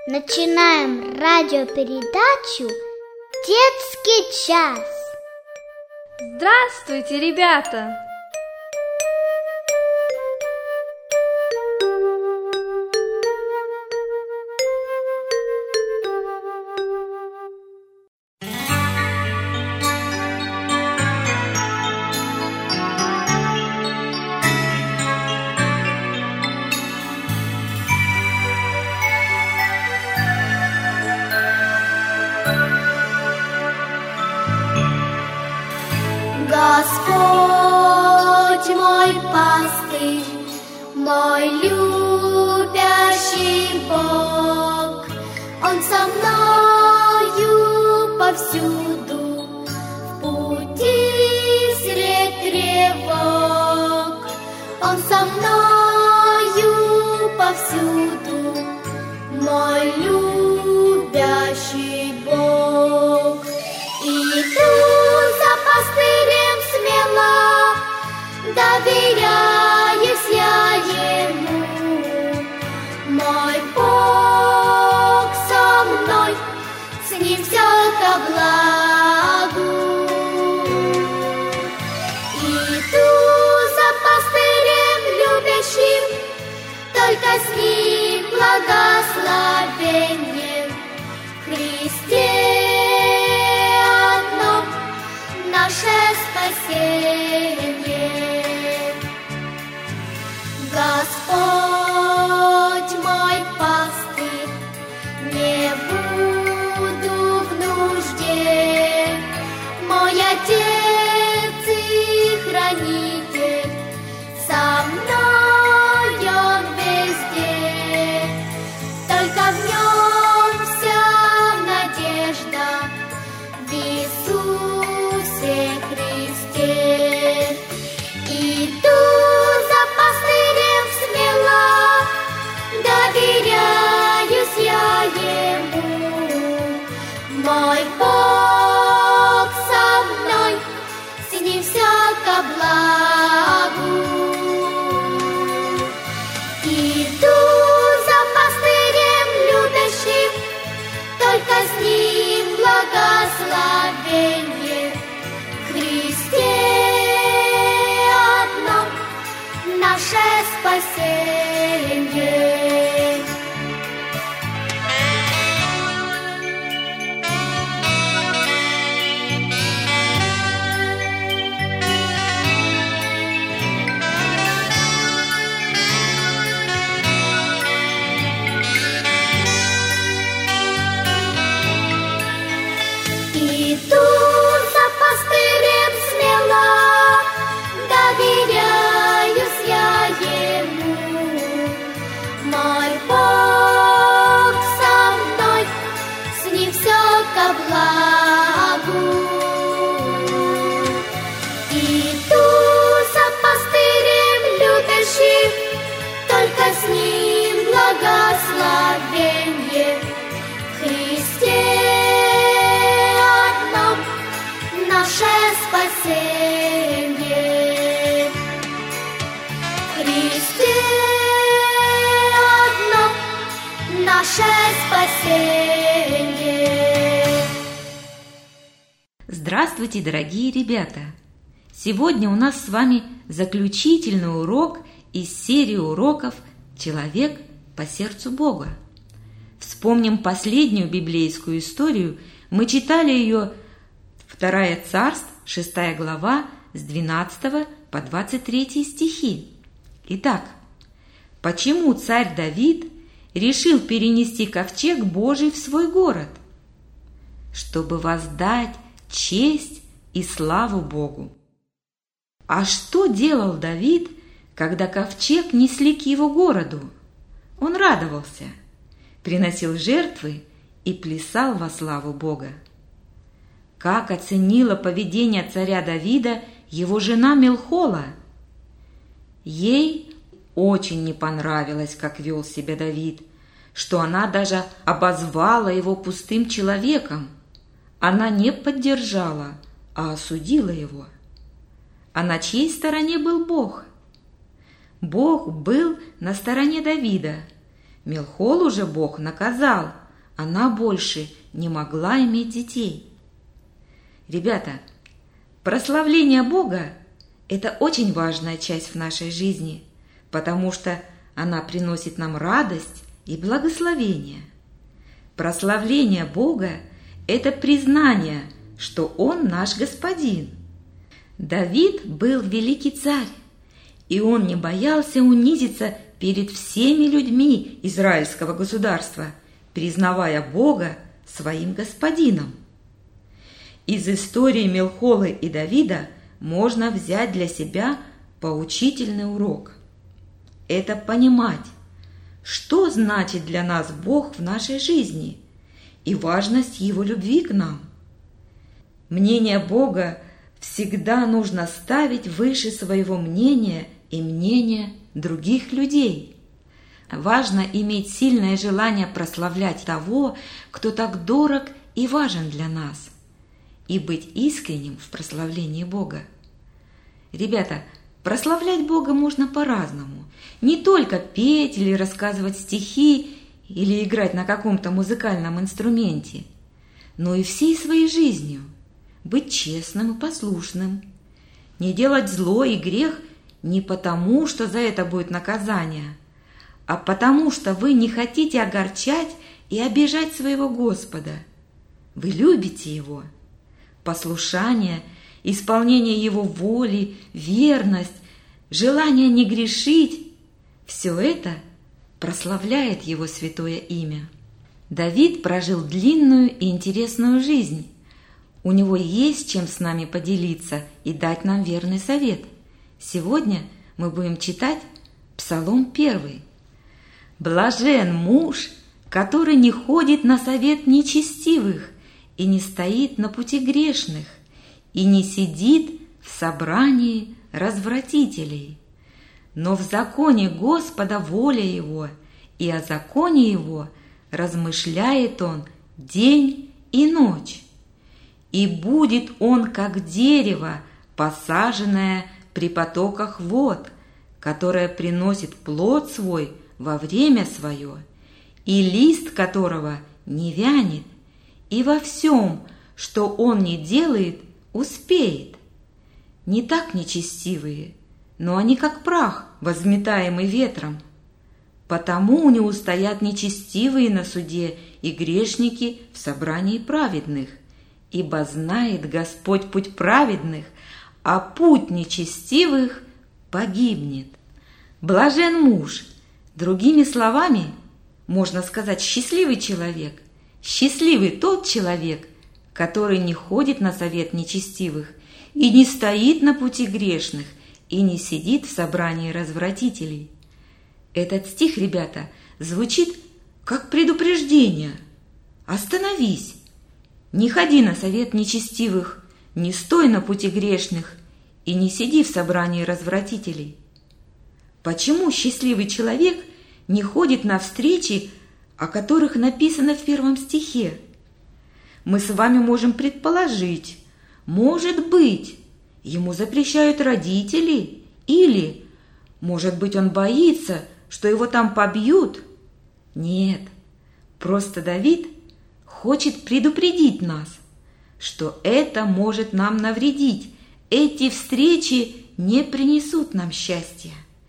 Начинаем радиопередачу «Детский час». Здравствуйте, ребята! Господь мой пастырь, мой любящий Бог, Он со мною повсюду, в пути средь тревог. Он со мною повсюду, мой любящий Бог. Иду за пастырем смело, доверяюсь я Ему. Мой Бог со мной, с Ним все ко благу. Иду за пастырем любящим, только с Ним благословенье. В Христе одном наше спасение. Господь мой пастырь, не буду в нужде. Мой Отец и Хранитель, со мной Он везде. Только в Нем вся надежда, в Иисусе Христе. Иду за пастырем смело, доверяюсь я Ему. Мой Бог со мной, с Ним все ко благу. Иду за пастырем любящим, только с Ним благословенье. В Христе одном наше спасение. Иду за пастырем смело, доверяюсь я Ему. Мой Бог со мной, с Ним все ко благу. Иду за пастырем любящим, только с Ним благословенье. В Христе одном наше спасение. В Христе одном наше спасение. Здравствуйте, дорогие ребята! Сегодня у нас с вами заключительный урок из серии уроков «Человек по сердцу Бога». Вспомним последнюю библейскую историю. Мы читали ее 2 Царств, 6 глава, с 12 по 23 стихи. Итак, почему царь Давид решил перенести ковчег Божий в свой город? Чтобы воздать честь и славу Богу. А что делал Давид, когда ковчег несли к его городу? Он радовался, приносил жертвы и плясал во славу Бога. Как оценила поведение царя Давида его жена Милхола? Ей очень не понравилось, как вел себя Давид, что она даже обозвала его пустым человеком. Она не поддержала, а осудила его. А на чьей стороне был Бог? Бог был на стороне Давида. Милхолу же Бог наказал, она больше не могла иметь детей. Ребята, прославление Бога – это очень важная часть в нашей жизни, потому что она приносит нам радость и благословение. Прославление Бога – это признание, что Он наш Господин. Давид был великий царь, и он не боялся унизиться перед всеми людьми израильского государства, признавая Бога своим Господином. Из истории Милхолы и Давида можно взять для себя поучительный урок. Это понимать, что значит для нас Бог в нашей жизни и важность Его любви к нам. Мнение Бога всегда нужно ставить выше своего мнения и мнения других людей. Важно иметь сильное желание прославлять того, кто так дорог и важен для нас, и быть искренним в прославлении Бога. Ребята, прославлять Бога можно по-разному. Не только петь или рассказывать стихи, или играть на каком-то музыкальном инструменте, но и всей своей жизнью. Быть честным и послушным. Не делать зло и грех не потому, что за это будет наказание, а потому, что вы не хотите огорчать и обижать своего Господа. Вы любите Его. Послушание, исполнение Его воли, верность, желание не грешить – все это прославляет Его святое имя. Давид прожил длинную и интересную жизнь. У него есть чем с нами поделиться и дать нам верный совет. Сегодня мы будем читать Псалом 1. «Блажен муж, который не ходит на совет нечестивых и не стоит на пути грешных, и не сидит в собрании развратителей. Но в законе Господа воля его, и о законе его размышляет он день и ночь. И будет он, как дерево, посаженное при потоках вод, которое приносит плод свой во время свое, и лист которого не вянет, и во всем, что он не делает, успеет. Не так нечестивые, но они как прах, возметаемый ветром. Потому не устоят нечестивые на суде и грешники в собрании праведных. Ибо знает Господь путь праведных, а путь нечестивых погибнет. Блажен муж, другими словами, можно сказать, счастливый человек. Счастливый тот человек, который не ходит на совет нечестивых, и не стоит на пути грешных, и не сидит в собрании развратителей. Этот стих, ребята, звучит как предупреждение. Остановись! Не ходи на совет нечестивых, не стой на пути грешных и не сиди в собрании развратителей. Почему счастливый человек не ходит на встречи, о которых написано в 1 стихе? Мы с вами можем предположить, может быть, ему запрещают родители, или, может быть, он боится, что его там побьют? Нет, просто Давид хочет предупредить нас, что это может нам навредить. Эти встречи не принесут нам счастья.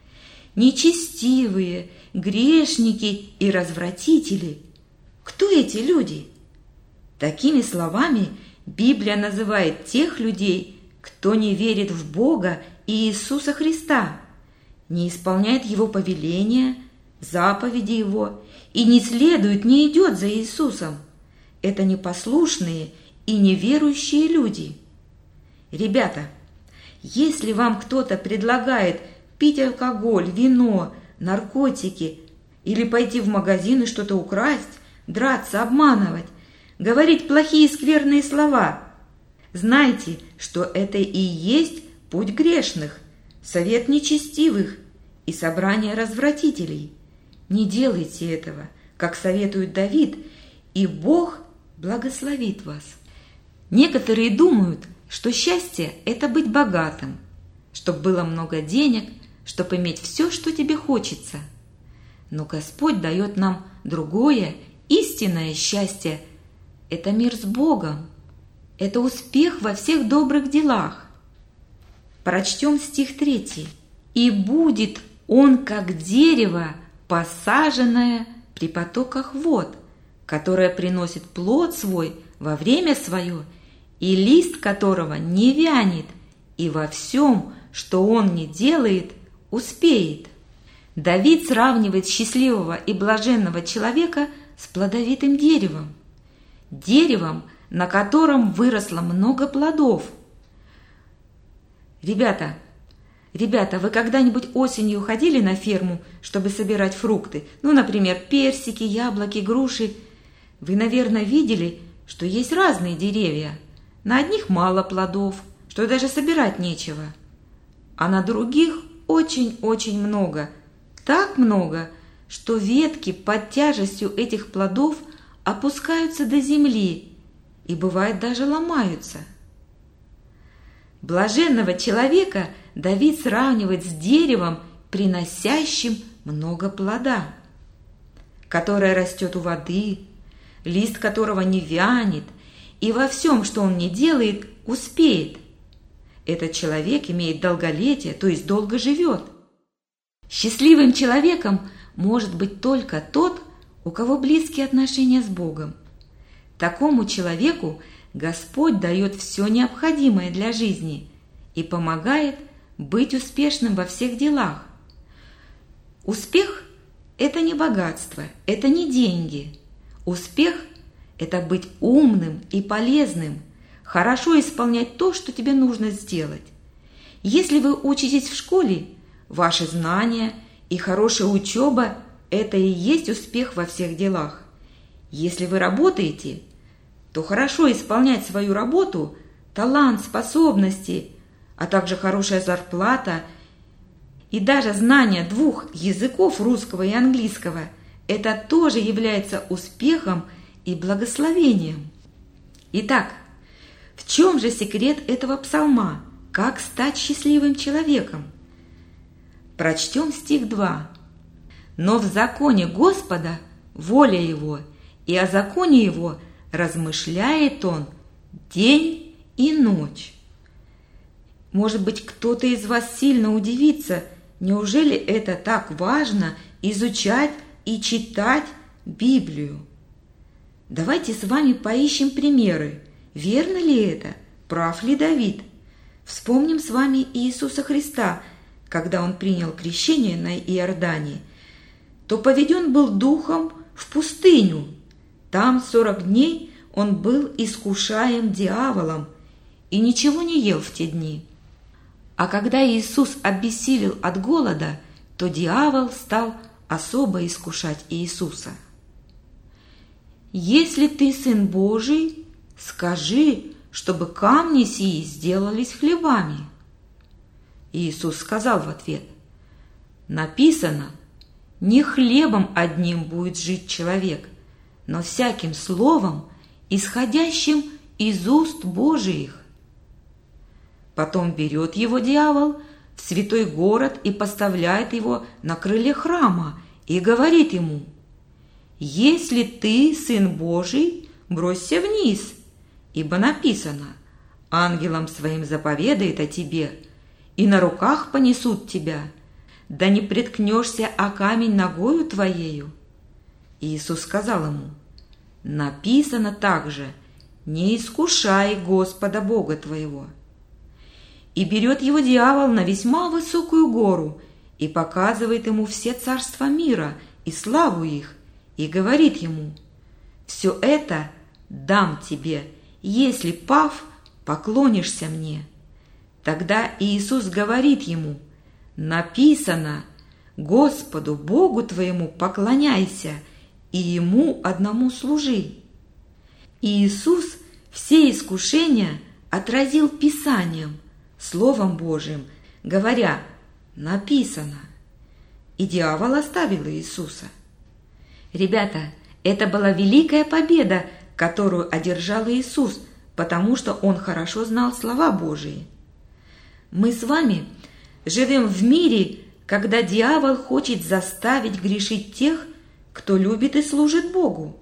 Нечестивые, грешники и развратители. Кто эти люди? Такими словами Библия называет тех людей, кто не верит в Бога и Иисуса Христа, не исполняет Его повеления, заповеди Его и не следует, не идет за Иисусом. Это непослушные и неверующие люди. Ребята, если вам кто-то предлагает пить алкоголь, вино, наркотики или пойти в магазин и что-то украсть, драться, обманывать, говорить плохие скверные слова, знайте, что это и есть путь грешных, совет нечестивых и собрание развратителей. Не делайте этого, как советует Давид, и Бог благословит вас. Некоторые думают, что счастье – это быть богатым, чтобы было много денег, чтобы иметь все, что тебе хочется. Но Господь дает нам другое, истинное счастье. Это мир с Богом. Это успех во всех добрых делах. Прочтем стих 3. «И будет он, как дерево, посаженное при потоках вод, которое приносит плод свой во время свое, и лист которого не вянет, и во всем, что он не делает, успеет». Давид сравнивает счастливого и блаженного человека с плодовитым деревом. Деревом, на котором выросло много плодов. Ребята, вы когда-нибудь осенью ходили на ферму, чтобы собирать фрукты? Например, персики, яблоки, груши. Вы, наверное, видели, что есть разные деревья. На одних мало плодов, что даже собирать нечего. А на других очень-очень много. Так много, что ветки под тяжестью этих плодов опускаются до земли и, бывает, даже ломаются. Блаженного человека Давид сравнивает с деревом, приносящим много плода, которое растет у воды, лист которого не вянет, и во всем, что он не делает, успеет. Этот человек имеет долголетие, то есть долго живет. Счастливым человеком может быть только тот, у кого близкие отношения с Богом. Такому человеку Господь дает все необходимое для жизни и помогает быть успешным во всех делах. Успех – это не богатство, это не деньги. Успех – это быть умным и полезным, хорошо исполнять то, что тебе нужно сделать. Если вы учитесь в школе, ваши знания и хорошая учеба – это и есть успех во всех делах. Если вы работаете, то хорошо исполнять свою работу, талант, способности, а также хорошая зарплата и даже знание 2 языков, русского и английского, это тоже является успехом и благословением. Итак, в чем же секрет этого псалма? Как стать счастливым человеком? Прочтем стих 2. «Но в законе Господа воля Его, и о законе Его размышляет Он день и ночь». Может быть, кто-то из вас сильно удивится, неужели это так важно изучать и читать Библию? Давайте с вами поищем примеры. Верно ли это? Прав ли Давид? Вспомним с вами Иисуса Христа, когда Он принял крещение на Иордане, то поведен был духом в пустыню. Там 40 дней Он был искушаем дьяволом и ничего не ел в те дни. А когда Иисус обессилел от голода, то дьявол стал особо искушать Иисуса. «Если ты Сын Божий, скажи, чтобы камни сии сделались хлебами». Иисус сказал в ответ: «Написано, не хлебом одним будет жить человек, но всяким словом, исходящим из уст Божиих». Потом берет его дьявол в святой город и поставляет его на крыле храма и говорит ему: «Если ты Сын Божий, бросься вниз, ибо написано: ангелам своим заповедает о тебе, и на руках понесут тебя, да не преткнешься о камень ногою твоею». Иисус сказал ему: «Написано также: не искушай Господа Бога твоего». И берет его дьявол на весьма высокую гору и показывает ему все царства мира и славу их, и говорит ему: «Все это дам тебе, если, пав, поклонишься мне». Тогда Иисус говорит ему: «Написано: Господу Богу твоему поклоняйся, и Ему одному служи». Иисус все искушения отразил Писанием, Словом Божиим, говоря: «Написано». И дьявол оставил Иисуса. Ребята, это была великая победа, которую одержал Иисус, потому что Он хорошо знал слова Божии. Мы с вами живем в мире, когда дьявол хочет заставить грешить тех, кто любит и служит Богу.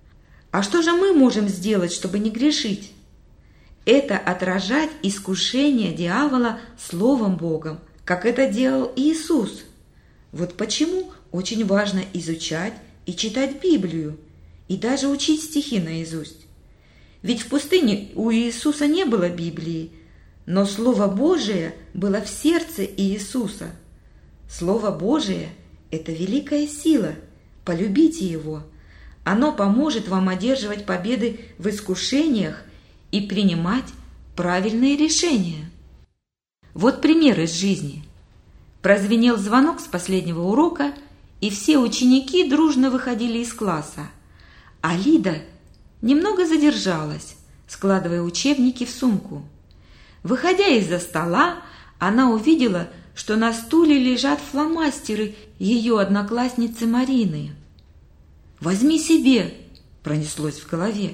А что же мы можем сделать, чтобы не грешить? Это отражать искушение дьявола Словом Богом, как это делал Иисус. Вот почему очень важно изучать и читать Библию, и даже учить стихи наизусть. Ведь в пустыне у Иисуса не было Библии, но Слово Божие было в сердце Иисуса. Слово Божие – это великая сила. Полюбите его. Оно поможет вам одерживать победы в искушениях и принимать правильные решения. Вот пример из жизни. Прозвенел звонок с последнего урока, и все ученики дружно выходили из класса. А Лида немного задержалась, складывая учебники в сумку. Выходя из-за стола, она увидела, что на стуле лежат фломастеры ее одноклассницы Марины. «Возьми себе!» – пронеслось в голове.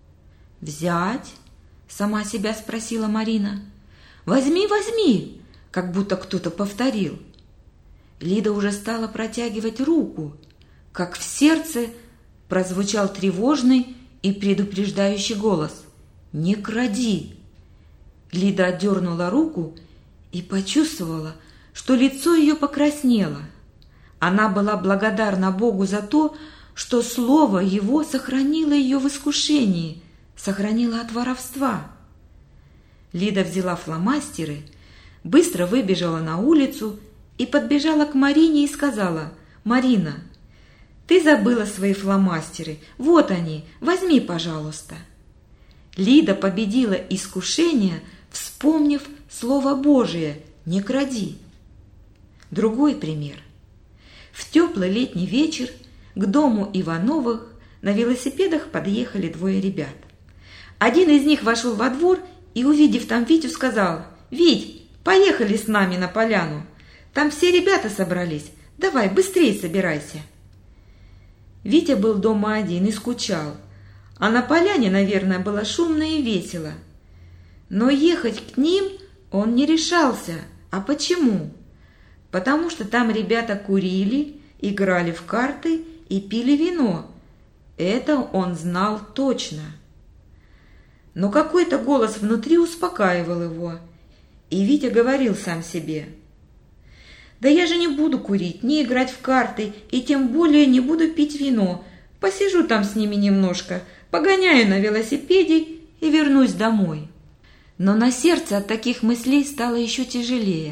«Взять?» – сама себя спросила Марина. «Возьми, возьми!» – как будто кто-то повторил. Лида уже стала протягивать руку, как в сердце прозвучал тревожный и предупреждающий голос: «Не кради!» Лида отдернула руку и почувствовала, что лицо ее покраснело. Она была благодарна Богу за то, что Слово Его сохранило ее в искушении, сохранило от воровства. Лида взяла фломастеры, быстро выбежала на улицу и подбежала к Марине и сказала: «Марина, ты забыла свои фломастеры, вот они, возьми, пожалуйста». Лида победила искушение, вспомнив Слово Божие «Не кради». Другой пример. В теплый летний вечер к дому Ивановых на велосипедах подъехали двое ребят. Один из них вошел во двор и, увидев там Витю, сказал: «Вить, поехали с нами на поляну. Там все ребята собрались. Давай, быстрее собирайся». Витя был дома один и скучал, а на поляне, наверное, было шумно и весело. Но ехать к ним он не решался. А почему? Потому что там ребята курили, играли в карты и пили вино. Это он знал точно. Но какой-то голос внутри успокаивал его, и Витя говорил сам себе: «Да я же не буду курить, не играть в карты, и тем более не буду пить вино. Посижу там с ними немножко, погоняю на велосипеде и вернусь домой». Но на сердце от таких мыслей стало еще тяжелее.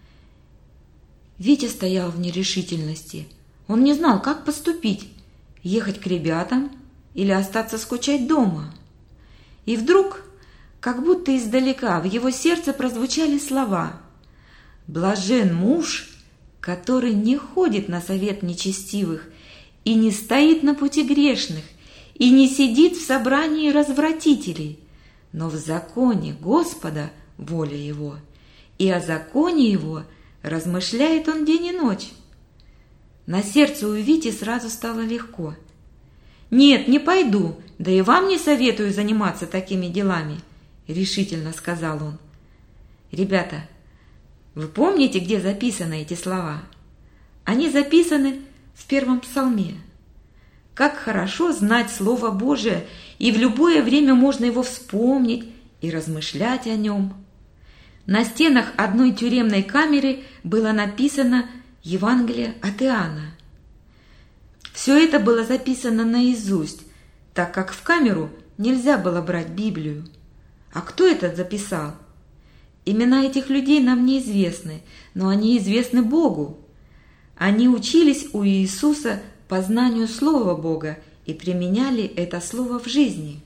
Витя стоял в нерешительности. Он не знал, как поступить: ехать к ребятам или остаться скучать дома. И вдруг, как будто издалека, в его сердце прозвучали слова: «Блажен муж, который не ходит на совет нечестивых и не стоит на пути грешных, и не сидит в собрании развратителей, но в законе Господа воля его, и о законе его размышляет он день и ночь». На сердце у Вити сразу стало легко. «Нет, не пойду, да и вам не советую заниматься такими делами», — решительно сказал он. Ребята, вы помните, где записаны эти слова? Они записаны в 1 псалме. Как хорошо знать Слово Божие, и в любое время можно его вспомнить и размышлять о нем. На стенах одной тюремной камеры было написано Евангелие от Иоанна. Все это было записано наизусть, так как в камеру нельзя было брать Библию. А кто это записал? Имена этих людей нам неизвестны, но они известны Богу. Они учились у Иисуса познанию Слова Бога и применяли это Слово в жизни.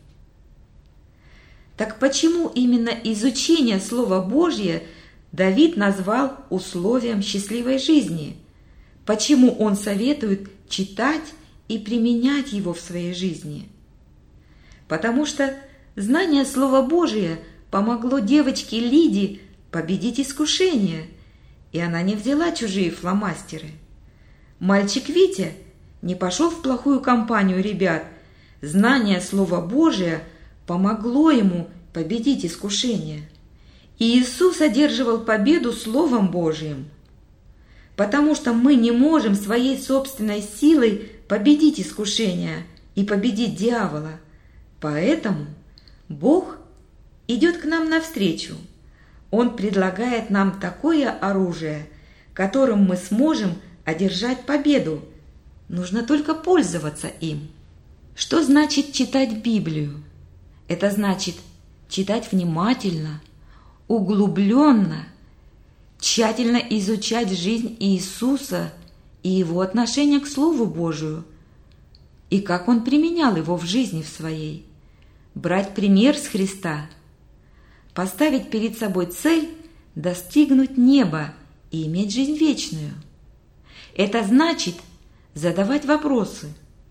Так почему именно изучение Слова Божьего Давид назвал условием счастливой жизни? Почему он советует читать и применять его в своей жизни? Потому что знание Слова Божия помогло девочке Лиде победить искушение, и она не взяла чужие фломастеры. Мальчик Витя не пошел в плохую компанию ребят. Знание Слова Божия помогло ему победить искушение. И Иисус одерживал победу Словом Божиим. потому что мы не можем своей собственной силой победить искушение и победить дьявола. Поэтому Бог идет к нам навстречу. Он предлагает нам такое оружие, которым мы сможем одержать победу. Нужно только пользоваться им. Что значит читать Библию? Это значит читать внимательно, углубленно, тщательно изучать жизнь Иисуса и Его отношение к Слову Божию, и как Он применял его в жизни в своей. Брать пример с Христа, поставить перед собой цель достигнуть неба и иметь жизнь вечную. Это значит задавать вопросы.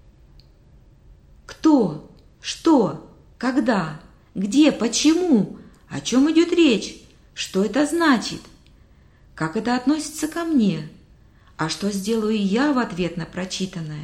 Кто? Что? Когда? Где? Почему? О чем идет речь? Что это значит? Как это относится ко мне? А что сделаю я в ответ на прочитанное?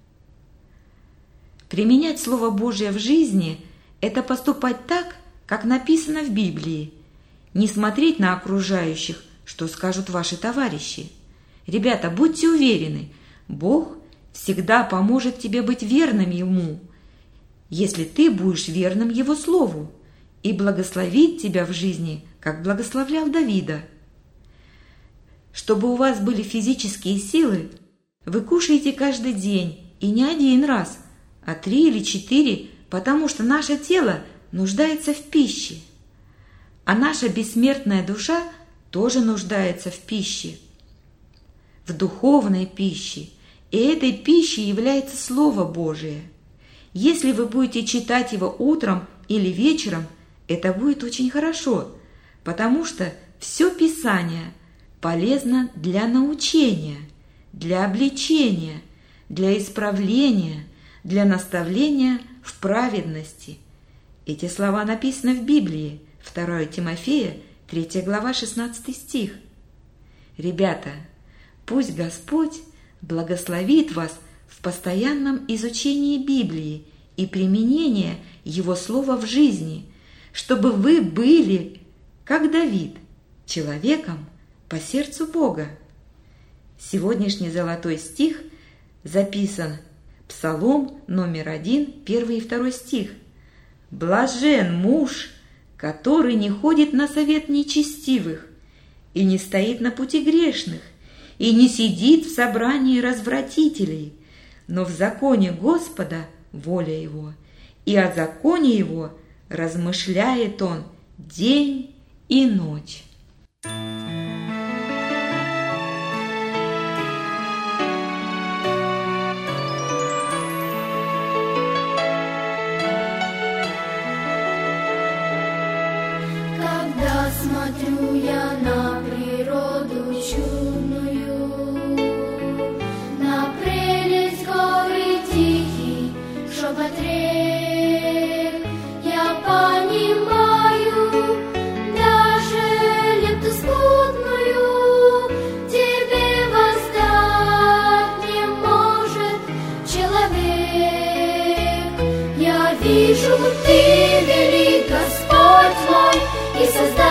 Применять Слово Божие в жизни – это поступать так, как написано в Библии. Не смотреть на окружающих, что скажут ваши товарищи. Ребята, будьте уверены, Бог всегда поможет тебе быть верным Ему, если ты будешь верным Его Слову, и благословит тебя в жизни, как благословлял Давида. Чтобы у вас были физические силы, вы кушаете каждый день, и не один раз, а 3 или 4, потому что наше тело нуждается в пище. А наша бессмертная душа тоже нуждается в пище, в духовной пище, и этой пищей является Слово Божие. Если вы будете читать его утром или вечером, это будет очень хорошо, потому что все Писание полезно для научения, для обличения, для исправления, для наставления в праведности. Эти слова написаны в Библии, 2 Тимофея, 3 глава, 16 стих. Ребята, пусть Господь благословит вас в постоянном изучении Библии и применении Его Слова в жизни, чтобы вы были, как Давид, человеком по сердцу Бога. Сегодняшний золотой стих записан Псалом номер 1, 1 и 2 стих. «Блажен муж, который не ходит на совет нечестивых, и не стоит на пути грешных, и не сидит в собрании развратителей, но в законе Господа воля его, и о законе его размышляет он день и ночь». Когда смотрю я на природу чудную, на прелесть горы тихий шепот рек, я понимаю даже лепту смутную, тебе воздать не может человек. Я вижу, ты велик, Господь мой и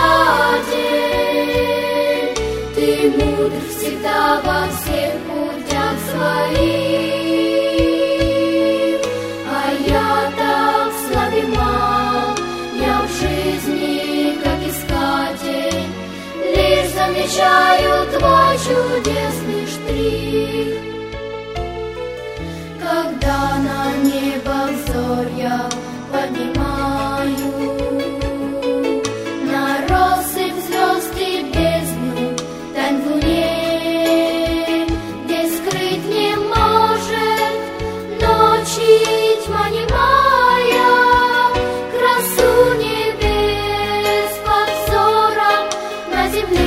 Создатель, ты мудр всегда во всех путях своих, а я так слаб и мал, я в жизни как искатель, лишь замечаю твой чудесный штрих. Когда на небо взор я поднимаю, на россыпь звезд и бездну, тань в луне, где скрыть не может ночи тьма немая, красу небес под взором на земле.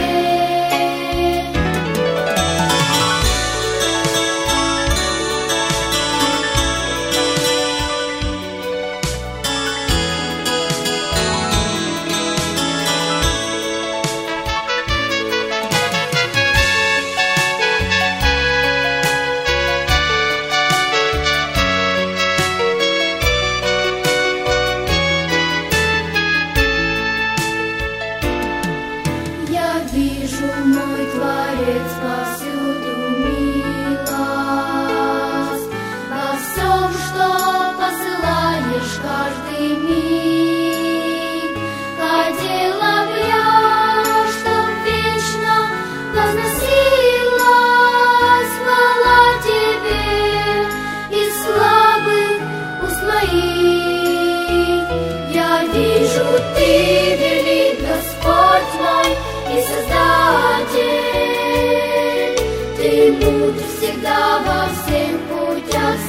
ведут всегда во всех путях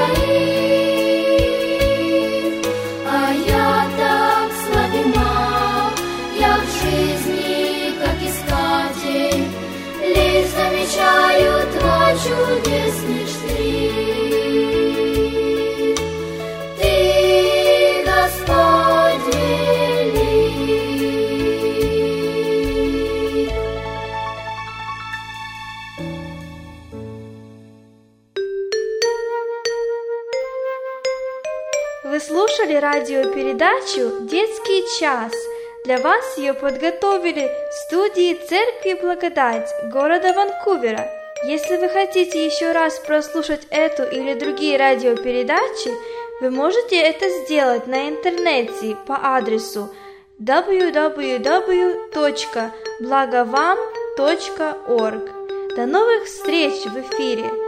своих. А я так слаб и мал, я в жизни как искатель, лишь замечаю твой чудесный штрих. Ты, Господь, велик. Вы слушали радиопередачу «Детский час». Для вас ее подготовили в студии Церкви Благодать города Ванкувера. Если вы хотите еще раз прослушать эту или другие радиопередачи, вы можете это сделать на интернете по адресу www.blagovam.org. До новых встреч в эфире!